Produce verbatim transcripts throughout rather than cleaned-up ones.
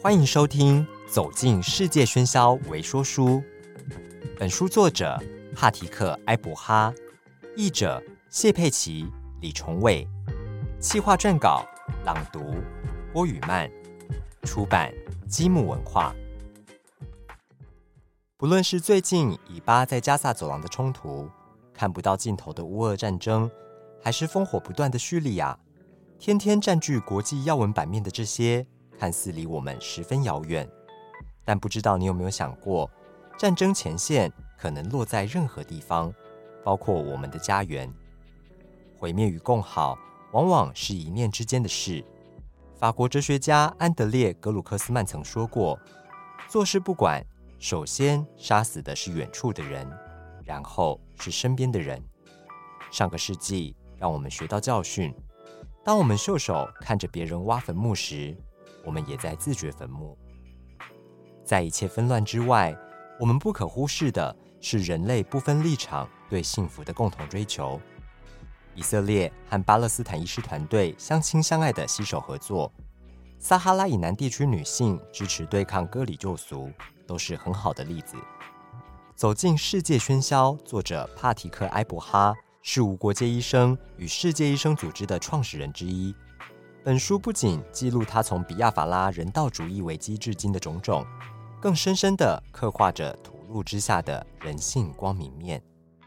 欢迎收听《走进世界喧嚣微说书》。本书作者帕提克·埃伯哈，译者谢佩琪、李崇伟，企划撰稿、朗读郭雨曼，出版积木文化。不论是最近以巴在加萨走廊的冲突，看不到尽头的乌俄战争，还是烽火不断的叙利亚，天天占据国际要闻版面的这些，看似离我们十分遥远，但不知道你有没有想过，战争前线可能落在任何地方，包括我们的家园。毁灭与共好往往是一念之间的事。法国哲学家安德烈·格鲁克斯曼曾说过，做事不管，首先杀死的是远处的人，然后是身边的人。上个世纪让我们学到教训，当我们袖手看着别人挖坟墓时，我们也在自掘坟墓。在一切纷乱之外，我们不可忽视的是人类不分立场对幸福的共同追求。以色列和巴勒斯坦医师团队相亲相爱的携手合作，撒哈拉以南地区女性支持对抗割礼救赎，都是很好的例子。走进世界喧嚣，作者帕提克·埃伯哈是无国界医生与世界医生组织的创始人之一。本书不仅记录他从比亚法拉人道主义危机至今的种种，更深深地刻画着屠戮之下的人性光明面。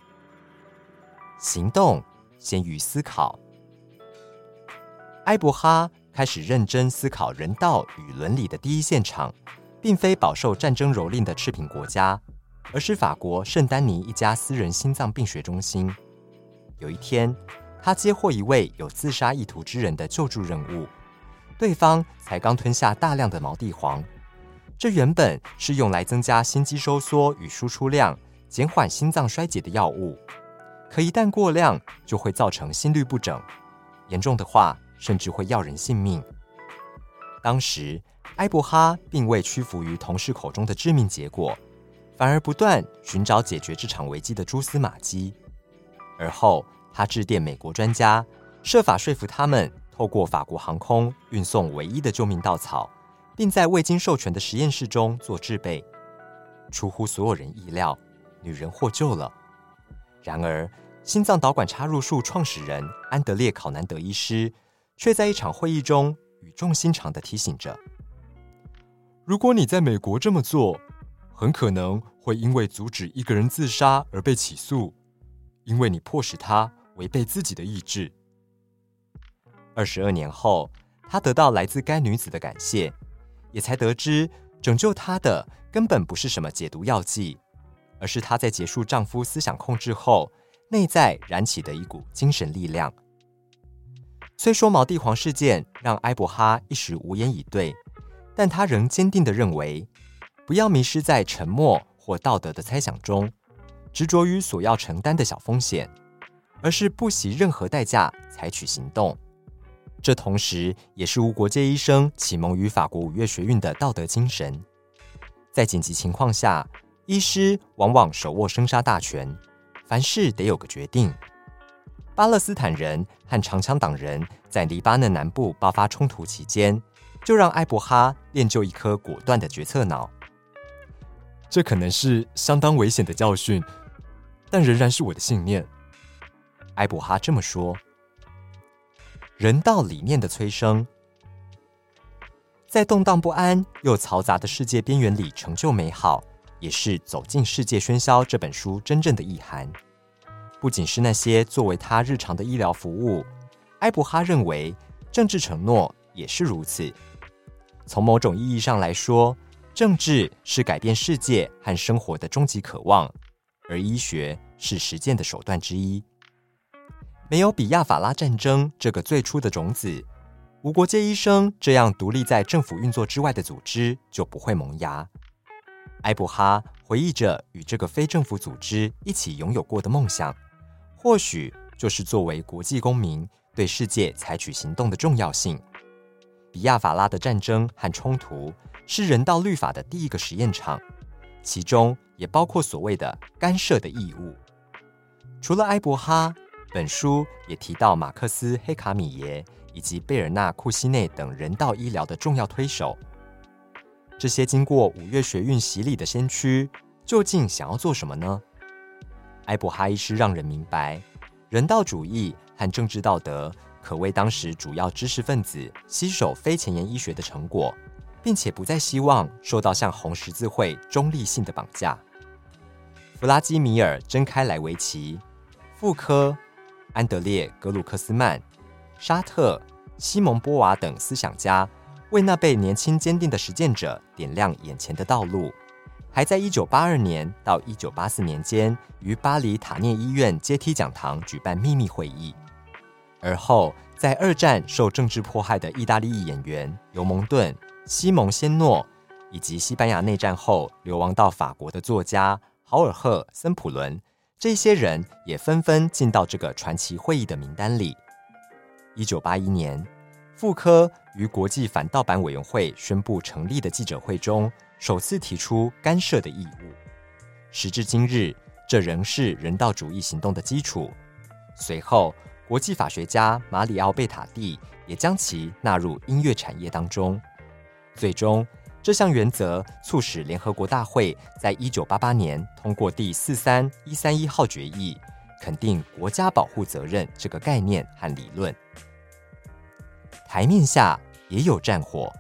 行动先于思考。埃伯哈开始认真思考人道与伦理的第一现场，并非饱受战争蹂躏的赤贫国家，而是法国圣丹尼一家私人心脏病学中心。有一天，他接获一位有自杀意图之人的救助任务，对方才刚吞下大量的毛地黄，这原本是用来增加心肌收缩与输出量，减缓心脏衰竭的药物，可一旦过量就会造成心律不整，严重的话甚至会要人性命。当时埃伯哈并未屈服于同事口中的致命结果，反而不断寻找解决这场危机的蛛丝马迹。而后他致电美国专家，设法说服他们透过法国航空运送唯一的救命稻草，并在未经授权的实验室中做制备。出乎所有人意料，女人获救了。然而心脏导管插入术创始人安德烈·考南德医师却在一场会议中语重心长地提醒着，如果你在美国这么做，很可能会因为阻止一个人自杀而被起诉，因为你迫使他违背自己的意志。二十二年后，他得到来自该女子的感谢，也才得知拯救她的根本不是什么解毒药剂，而是她在结束丈夫思想控制后，内在燃起的一股精神力量。虽说毛地黄事件让埃伯哈一时无言以对，但他仍坚定地认为，不要迷失在沉默或道德的猜想中，执着于所要承担的小风险，而是不惜任何代价采取行动。这同时也是无国界医生启蒙于法国五月学运的道德精神。在紧急情况下，医师往往手握生杀大权，凡事得有个决定。巴勒斯坦人和长枪党人在黎巴嫩南部爆发冲突期间，就让埃伯哈练就一颗果断的决策脑。这可能是相当危险的教训，但仍然是我的信念。埃伯哈这么说。人道理念的催生，在动荡不安又嘈杂的世界边缘里成就美好，也是《走进世界喧嚣》这本书真正的意涵。不仅是那些作为他日常的医疗服务，埃伯哈认为政治承诺也是如此。从某种意义上来说，政治是改变世界和生活的终极渴望，而医学是实践的手段之一。没有比亚法拉战争这个最初的种子，无国界医生这样独立在政府运作之外的组织就不会萌芽。埃伯哈回忆着与这个非政府组织一起拥有过的梦想，或许就是作为国际公民对世界采取行动的重要性。比亚法拉的战争和冲突是人道律法的第一个实验场，其中也包括所谓的干涉的义务。除了埃伯哈，本书也提到马克思·黑卡米耶以及贝尔纳·库西内等人道医疗的重要推手。 这些经过五岳学运洗礼的先驱究竟想要做什么呢？埃博哈医师让人明白，人道主义和政治道德可为当时主要知识分子吸收非前沿医学的成果，并且不再希望受到像红十字会中立性的绑架。弗拉基米尔·真开莱维奇、傅科、安德烈·格鲁克斯曼、沙特、西蒙波娃等思想家为那被年轻坚定的实践者点亮眼前的道路，还在一九八二年到一九八四年间于巴黎塔涅医院阶梯讲堂举办秘密会议。而后在二战受政治迫害的意大利裔演员尤蒙顿、西蒙先诺，以及西班牙内战后流亡到法国的作家豪尔赫·森普伦，这些人也纷纷进到这个传奇会议的名单里。一九八一年，傅科于国际反盗版委员会宣布成立的记者会中，首次提出干涉的义务。时至今日，这仍是人道主义行动的基础。随后，国际法学家马里奥·贝塔蒂也将其纳入音乐产业当中。最终，这项原则促使联合国大会在一九八八年通过第四三一三一号决议，肯定国家保护责任这个概念和理论。台面下也有战火，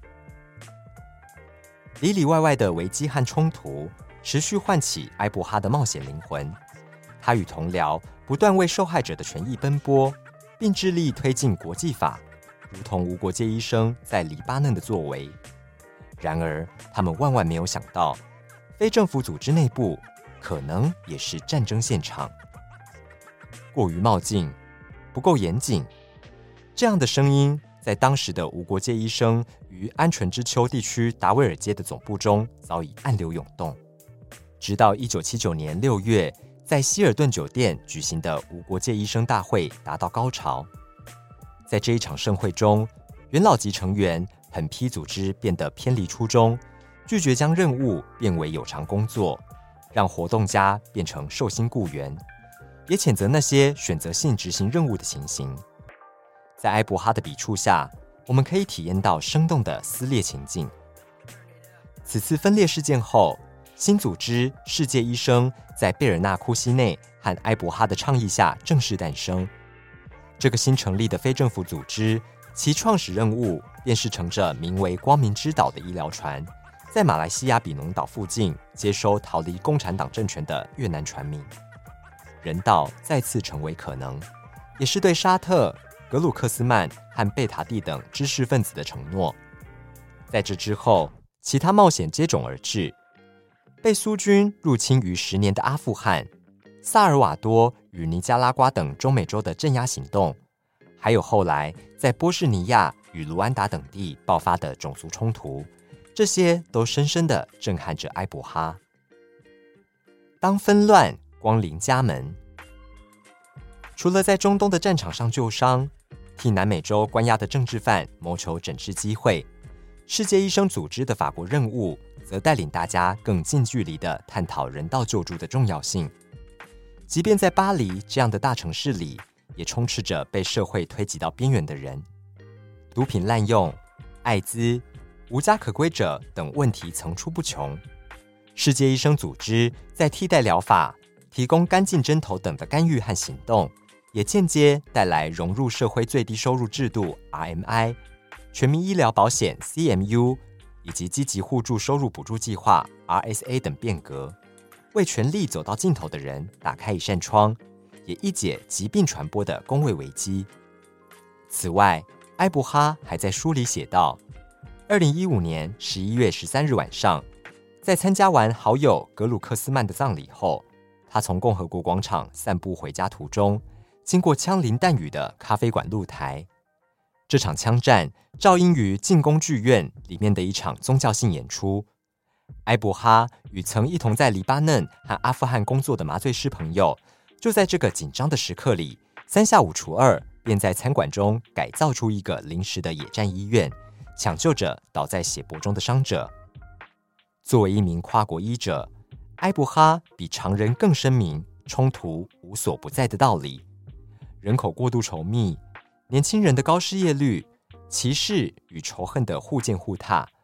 里里外外的危机和冲突持续唤起埃博哈的冒险灵魂。他与同僚不断为受害者的权益奔波，并致力推进国际法，如同无国界医生在黎巴嫩的作为。然而，他们万万没有想到，非政府组织内部可能也是战争现场。过于冒进，不够严谨，这样的声音在当时的无国界医生于安全之丘地区达维尔街的总部中早已暗流涌动。直到一九七九年六月，在希尔顿酒店举行的无国界医生大会达到高潮。在这一场盛会中，元老级成员狠批组织变得偏离初衷，拒绝将任务变为有偿工作，让活动家变成受薪雇员，也谴责那些选择性执行任务的情形。在埃博哈的笔触下，我们可以体验到生动的撕裂情境。此次分裂事件后，新组织世界医生在贝尔纳库西内和埃博哈的倡议下正式诞生。这个新成立的非政府组织，其创始任务便是乘着名为光明之岛的医疗船，在马来西亚比农岛附近接收逃离共产党政权的越南船民。人道再次成为可能，也是对沙特、格鲁克斯曼和贝塔蒂等知识分子的承诺。在这之后，其他冒险接踵而至。被苏军入侵逾十年的阿富汗、萨尔瓦多与尼加拉瓜等中美洲的镇压行动，还有后来在波士尼亚与卢安达等地爆发的种族冲突，这些都深深地震撼着埃博哈。当纷乱光临家门，除了在中东的战场上救伤，替南美洲关押的政治犯谋求整治机会，世界医生组织的法国任务则带领大家更近距离地探讨人道救助的重要性。即便在巴黎这样的大城市里，也充斥着被社会推挤到边缘的人，毒品滥用、艾滋、无家可归者等问题层出不穷。世界医生组织在替代疗法、提供干净针头等的干预和行动，也间接带来融入社会最低收入制度 R M I、全民医疗保险 C M U 以及积极互助收入补助计划 R S A 等变革，为权力走到尽头的人打开一扇窗，也一解疾病传播的公卫危机。此外，埃博哈还在书里写道，二零一五年十一月十三日晚上，在参加完好友格鲁克斯曼的葬礼后，他从共和国广场散步回家途中，经过枪林弹雨的咖啡馆露台。这场枪战照应于进攻剧院里面的一场宗教性演出。埃博哈与曾一同在黎巴嫩和阿富汗工作的麻醉师朋友，就在这个紧张的时刻里，三下五除二便在餐馆中改造出一个临时的野战医院，抢救着倒在血泊中的伤者。作为一名跨国医者，埃博哈比常人更深明冲突无所不在的道理。人口过度稠密，年轻人的高失业率，歧视与仇恨的互践互踏，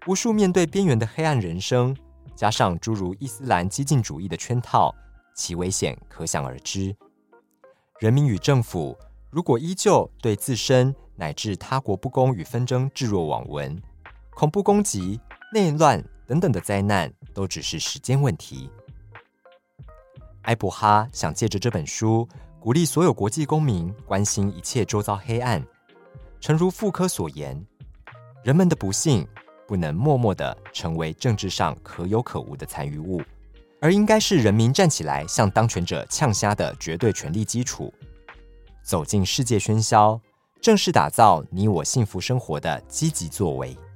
无数面对边缘的黑暗人生，加上诸如伊斯兰激进主义的圈套，其危险可想而知。人民与政府如果依旧对自身乃至他国不公与纷争置若罔闻，恐怖攻击、内乱等等的灾难都只是时间问题。埃博哈想借着这本书，鼓励所有国际公民关心一切周遭黑暗。诚如傅科所言，人们的不幸不能默默地成为政治上可有可无的残余物，而应该是人民站起来向当权者呛瞎的绝对权力基础。走进世界喧嚣，正是打造你我幸福生活的积极作为。